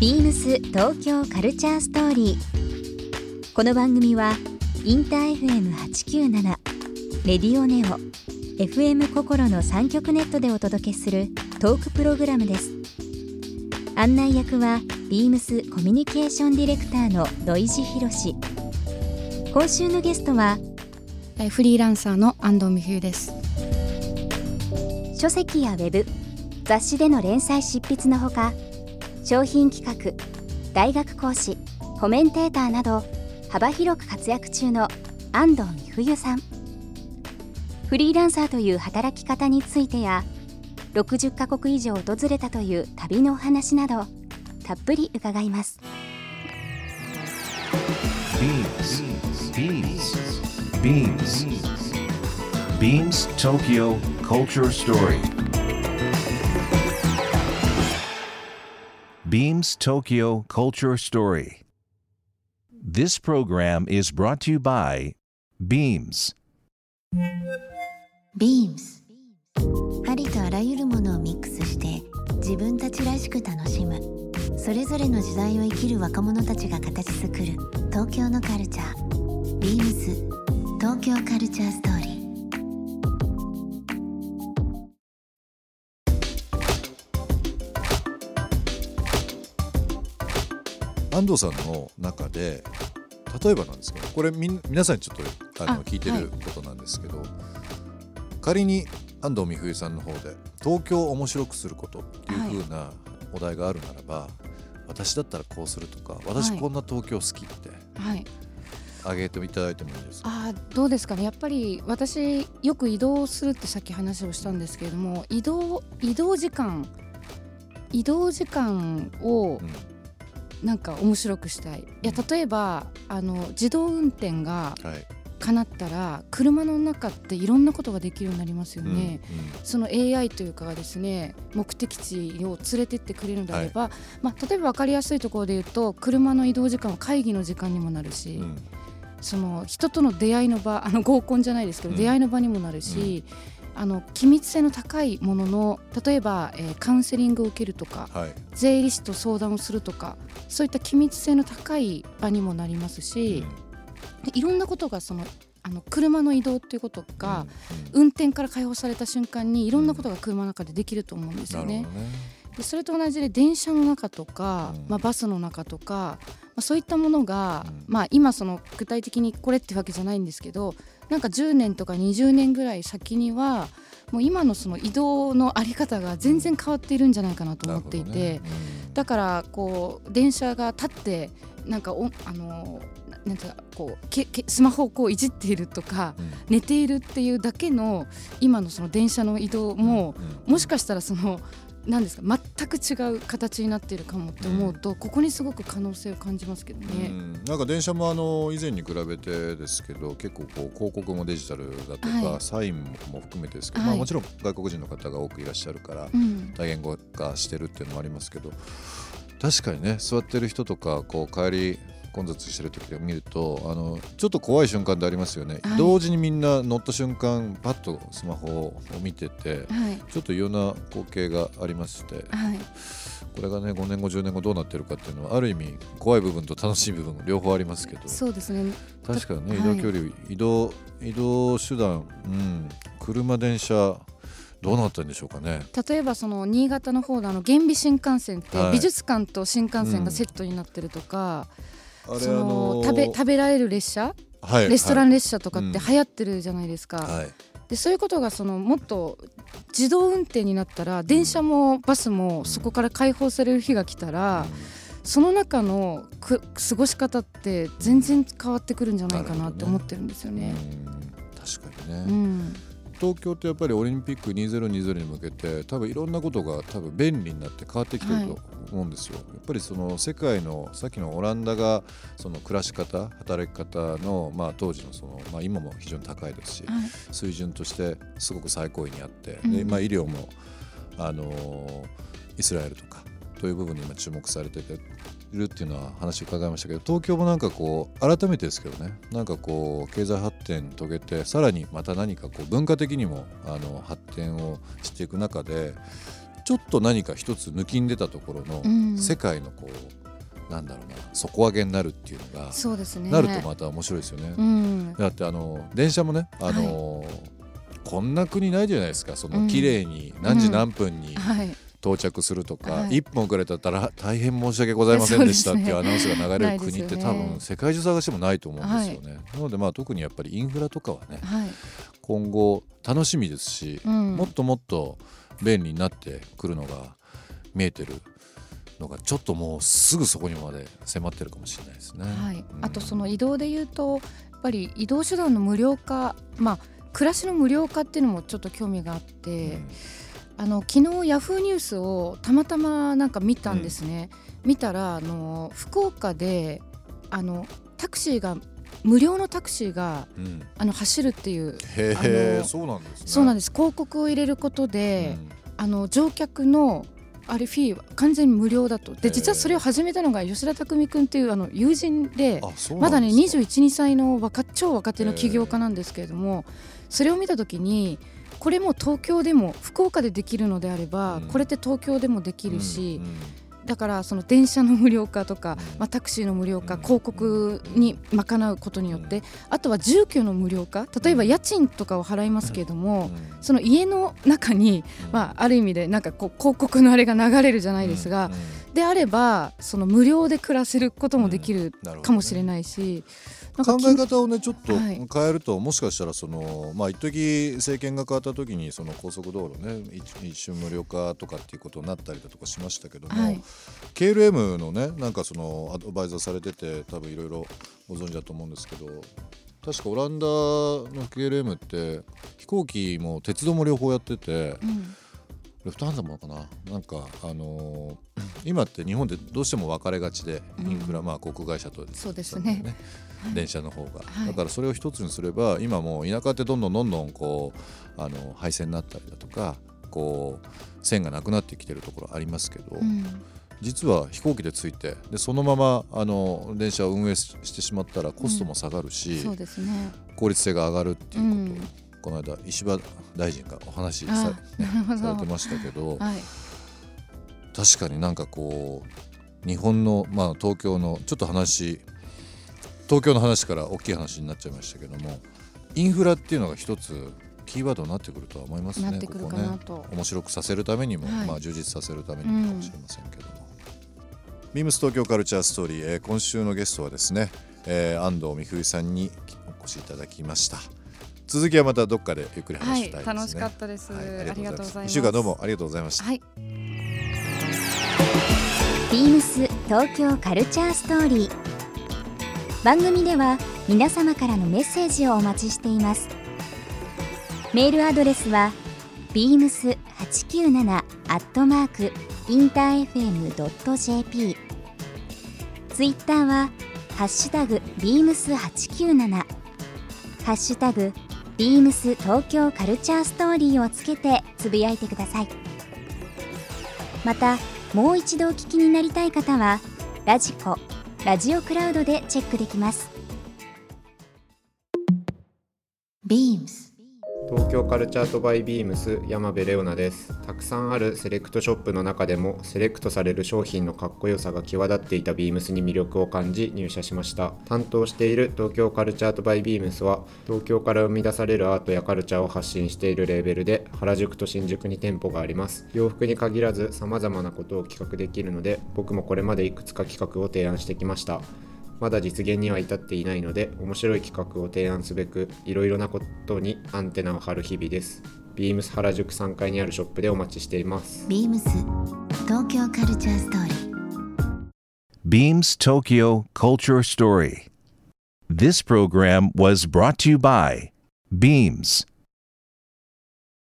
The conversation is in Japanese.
ビームス東京カルチャーストーリー。この番組はインター FM897 レディオネオ FM 心の3極ネットでお届けするトークプログラムです。案内役はビームスコミュニケーションディレクターの土井博志。今週のゲストはフリーランサーの安藤美冬です。 書籍やウェブ、雑誌での連載執筆のほか、商品企画、大学講師、コメンテーターなど幅広く活躍中の安藤美冬さん。フリーランサーという働き方についてや、60カ国以上訪れたという旅のお話などたっぷり伺います。 Beams Tokyo Culture Story. Beams Tokyo Culture Story. This program is brought to you by Beams. Beams ありとあらゆるものをミックスして自分たちらしく楽しむ、それぞれの時代を生きる若者たちが形作る東京のカルチャー。 Beams 東京カルチャーストーリー。 安藤さんの中で、例えばなんですけど、これ皆さんにちょっと聞いてることなんですけど、仮に安藤美冬さんの方で東京を面白くすることっていう風なお題があるならば、私だったらこうするとか、私こんな東京好きって挙げていただいてもいいですか？ どうですかね。やっぱり私よく移動するってさっき話をしたんですけれども、移動時間をなんか面白くしたい。いや、例えば自動運転が叶ったら、車の中っていろんなことができるようになりますよね。その AI というかがですね、目的地を連れてってくれるのであれば、例えば分かりやすいところで言うと、車の移動時間は会議の時間にもなるし、その人との出会いの場、合コンじゃないですけど、出会いの場にもなるし、機密性の高いものの、例えば、カウンセリングを受けるとか、税理士と相談をするとか、そういった機密性の高い場にもなりますし、いろんなことが車の移動っていうことが、運転から解放された瞬間にいろんなことが車の中でできると思うんですよね。でそれと同じで電車の中とか、バスの中とか、そういったものが、今具体的にこれってわけじゃないんですけど、なんか10年とか20年ぐらい先にはもう今のその移動のあり方が全然変わっているんじゃないかなと思っていて、だから電車が立ってなんかなんていうかスマホをいじっているとか、寝ているっていうだけの今のその電車の移動も、もしかしたら何ですか、全く違う形になっているかもって思うと、ここにすごく可能性を感じますけどね。 なんか電車も以前に比べてですけど、結構広告もデジタルだとか、サインも含めてですけど、もちろん外国人の方が多くいらっしゃるから多言語化してるっていうのもありますけど、確かにね、座ってる人とか帰り混雑してる時を見ると、ちょっと怖い瞬間でありますよね。同時にみんな乗った瞬間パッとスマホを見てて、ちょっと異様な光景がありまして、これがね5年後10年後どうなってるかっていうのは、ある意味怖い部分と楽しい部分両方ありますけど。 そうですね。 確かにね、移動距離、移動手段、車電車どうなったんでしょうかね。 例えば新潟の方の原美新幹線って、美術館と新幹線がセットになってるとか、食べられる列車、レストラン列車とかって流行ってるじゃないですか。でそういうことがもっと自動運転になったら、電車もバスもそこから解放される日が来たら、その中の過ごし方って全然変わってくるんじゃないかなって思ってるんですよね。 確かにね、東京ってやっぱりオリンピック2020に向けて多分いろんなことが多分便利になって変わってきてると思うんですよ。やっぱり世界のさっきのオランダが暮らし方、働き方の、当時の今も非常に高いですし、水準としてすごく最高位にあって、で医療もイスラエルとかという部分に今注目されてているっていうのは話を伺いましたけど、東京もなんか改めてですけどね、なんか経済発展遂げて、さらにまた何か文化的にも発展をしていく中で、 ちょっと何か一つ抜きん出たところの世界のこう、なんだろうな、底上げになるっていうのがそうですね、 なるとまた面白いですよね、だって電車もね、こんな国ないじゃないですか。その綺麗に何時何分に到着するとか、1分遅れたら大変申し訳ございませんでしたっていうアナウンスが流れる国って多分世界中探してもないと思うんですよね、なので特にやっぱりインフラとかはね、今後楽しみですし、もっともっと便利になってくるのが見えてるのがちょっともうすぐそこにまで迫ってるかもしれないですね、 あとその移動で言うとやっぱり移動手段の無料化、暮らしの無料化っていうのもちょっと興味があって、昨日ヤフーニュースをたまたまなんか見たんですね、見たら福岡でタクシーが無料のタクシーが、走るっていう、 そうなんですね。 そうなんです。広告を入れることで、乗客のフィーは完全に無料だと。で実はそれを始めたのが吉田匠君っていう友人で、まだね21、2歳の超若手の起業家なんですけれども、それを見た時にこれも東京でも福岡でできるのであれば、これって東京でもできるし、だからその電車の無料化とか、タクシーの無料化、広告に賄うことによって、あとは住居の無料化、例えば家賃とかを払いますけれども、その家の中に、ある意味でなんかこう広告のあれが流れるじゃないですが、であればその無料で暮らせることもできるかもしれないし、 考え方をねちょっと変えると、もしかしたらその一時政権が変わった時にその高速道路ね一瞬無料化とかっていうことになったりだとかしましたけども、KLM のねなんかそのアドバイザーされてて多分いろいろご存知だと思うんですけど、確かオランダの KLM って飛行機も鉄道も両方やってて、ルフトハンザもかな、なんか今って日本でどうしても分かれがちで、インフラ航空会社とそうですね、 電車の方が、だからそれを一つにすれば、今もう田舎ってどんどんこう廃線になったりだとか、こう線がなくなってきてるところありますけど、実は飛行機で着いて、でそのまま電車を運営してしまったらコストも下がるし、 そうですね、 効率性が上がるっていうことを、この間石破大臣がお話しされてましたけど、確かになんかこう日本の、東京のちょっと東京の話から大きい話になっちゃいましたけども、インフラっていうのが一つキーワードになってくるとは思いますね。 なってくるかなと、 ここね、面白くさせるためにも、充実させるためにもかもしれませんけども、ビームス東京カルチャーストーリー、今週のゲストはですね、安藤美冬さんにお越しいただきました。続きはまたどっかでゆっくり話したいですね。 楽しかったです、ありがとうございます。 1週間どうもありがとうございました。 ビームス東京カルチャーストーリー、番組では皆様からのメッセージをお待ちしています。メールアドレスは beams897@interfm.jp、 ツイッターはハッシュタグ beams897、 ハッシュタグビームス東京カルチャーストーリーをつけてつぶやいてください。またもう一度お聞きになりたい方はラジコ、ラジオクラウドでチェックできます。 ビームス東京カルチャートバイビームス山部レオナです。たくさんあるセレクトショップの中でもセレクトされる商品のかっこよさが際立っていたビームスに魅力を感じ入社しました。担当している東京カルチャートバイビームスは東京から生み出されるアートやカルチャーを発信しているレーベルで、原宿と新宿に店舗があります。洋服に限らず様々なことを企画できるので、僕もこれまでいくつか企画を提案してきました。まだ実現には至っていないので、面白い企画を提案すべくいろいろなことにアンテナを張る日々です。ビームス原宿3階にあるショップでお待ちしています。 ビームス東京カルチャーストーリー、 Beams Tokyo Culture Story. This program was brought to you by Beams.